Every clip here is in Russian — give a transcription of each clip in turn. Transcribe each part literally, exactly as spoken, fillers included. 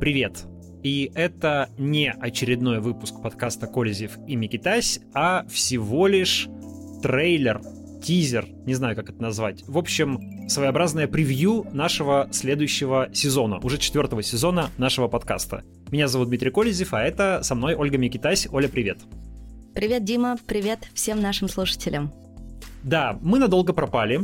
Привет! И это не очередной выпуск подкаста «Колезев и Микитась», а всего лишь трейлер, тизер, не знаю, как это назвать. В общем, своеобразное превью нашего следующего сезона, уже четвертого сезона нашего подкаста. Меня зовут Дмитрий Колезев, а это со мной Ольга Микитась. Оля, привет! Привет, Дима, привет всем нашим слушателям. Да, мы надолго пропали,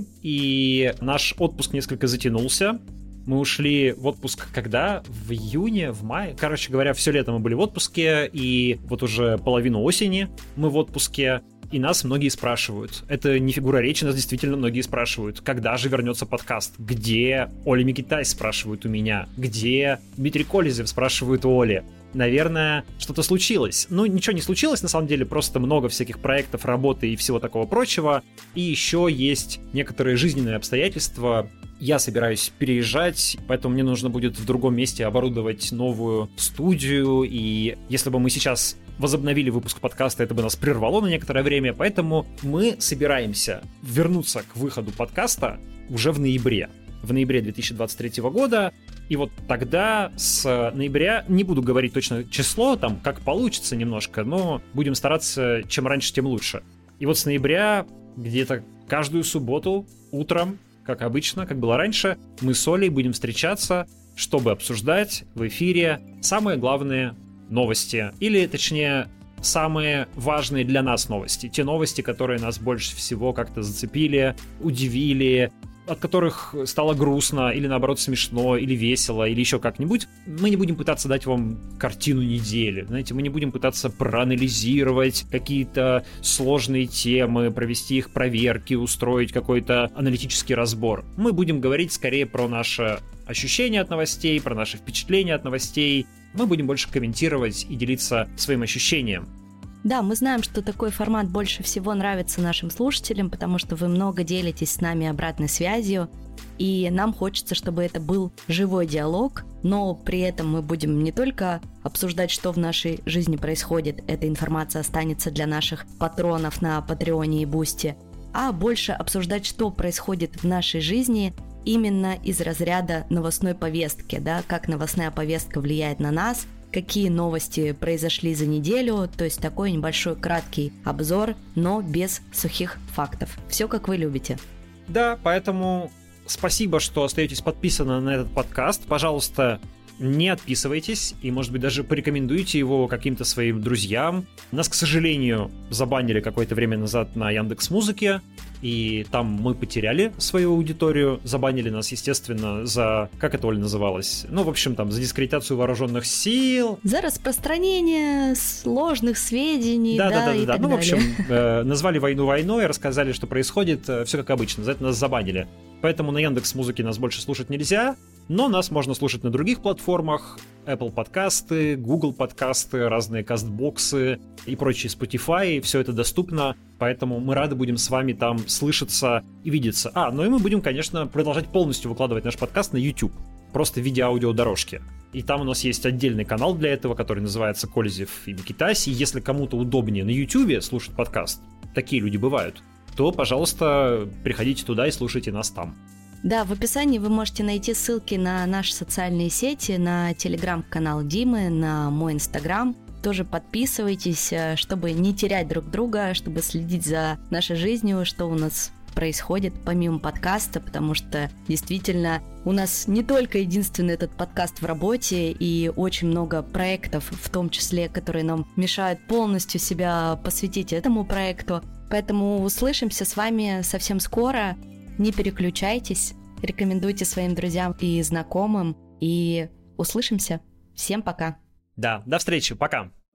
и наш отпуск несколько затянулся. Мы ушли в отпуск когда? В июне, в мае? Короче говоря, все лето мы были в отпуске, и вот уже половину осени мы в отпуске, и нас многие спрашивают. Это не фигура речи, нас действительно многие спрашивают. Когда же вернется подкаст? Где Оля Микитась, спрашивают у меня. Где Дмитрий Колезев, спрашивают у Оли. Наверное, что-то случилось. Ну, ничего не случилось, на самом деле, просто много всяких проектов, работы и всего такого прочего. И еще есть некоторые жизненные обстоятельства. Я собираюсь переезжать, поэтому мне нужно будет в другом месте оборудовать новую студию, и если бы мы сейчас возобновили выпуск подкаста, это бы нас прервало на некоторое время, поэтому мы собираемся вернуться к выходу подкаста уже в ноябре. В ноябре две тысячи двадцать третьего года, и вот тогда с ноября, не буду говорить точно число, там как получится немножко, но будем стараться, чем раньше, тем лучше. И вот с ноября где-то каждую субботу утром, как обычно, как было раньше, мы с Олей будем встречаться, чтобы обсуждать в эфире самые главные новости, или точнее самые важные для нас новости, те новости, которые нас больше всего как-то зацепили, удивили, от которых стало грустно, или наоборот смешно, или весело, или еще как-нибудь. Мы не будем пытаться дать вам картину недели, знаете, мы не будем пытаться проанализировать какие-то сложные темы, провести их проверки, устроить какой-то аналитический разбор. Мы будем говорить скорее про наши ощущения от новостей, про наши впечатления от новостей. Мы будем больше комментировать и делиться своим ощущением. Да, мы знаем, что такой формат больше всего нравится нашим слушателям, потому что вы много делитесь с нами обратной связью, и нам хочется, чтобы это был живой диалог, но при этом мы будем не только обсуждать, что в нашей жизни происходит, эта информация останется для наших патронов на Патреоне и Бусти, а больше обсуждать, что происходит в нашей жизни именно из разряда новостной повестки, да, как новостная повестка влияет на нас, какие новости произошли за неделю, то есть такой небольшой краткий обзор, но без сухих фактов. Все как вы любите. Да, поэтому спасибо, что остаетесь подписаны на этот подкаст. Пожалуйста, не отписывайтесь и, может быть, даже порекомендуйте его каким-то своим друзьям. Нас, к сожалению, забанили какое-то время назад на Яндекс.Музыке, и там мы потеряли свою аудиторию. Забанили нас, естественно, за... Как это, Оля, называлось? Ну, в общем, там, за дискредитацию вооруженных сил. За распространение сложных сведений, да, да, да, да, и да. так Ну, далее. в общем, э, назвали войну войной, рассказали, что происходит. Э, все как обычно, за это нас забанили. Поэтому на Яндекс.Музыке нас больше слушать нельзя, но нас можно слушать на других платформах: Apple подкасты, Google подкасты, разные кастбоксы и прочие Spotify. Все это доступно, поэтому мы рады будем с вами там слышаться и видеться. А, ну и мы будем, конечно, продолжать полностью выкладывать наш подкаст на YouTube, просто в виде аудиодорожки. И там у нас есть отдельный канал для этого, который называется «Колезев и Микитась». И если кому-то удобнее на YouTube слушать подкаст, такие люди бывают, то, пожалуйста, приходите туда и слушайте нас там. Да, в описании вы можете найти ссылки на наши социальные сети, на телеграм-канал Димы, на мой инстаграм. Тоже подписывайтесь, чтобы не терять друг друга, чтобы следить за нашей жизнью, что у нас происходит помимо подкаста, потому что действительно у нас не только единственный этот подкаст в работе, и очень много проектов, в том числе, которые нам мешают полностью себя посвятить этому проекту. Поэтому услышимся с вами совсем скоро. Не переключайтесь, рекомендуйте своим друзьям и знакомым, и услышимся. Всем пока. Да, до встречи, пока.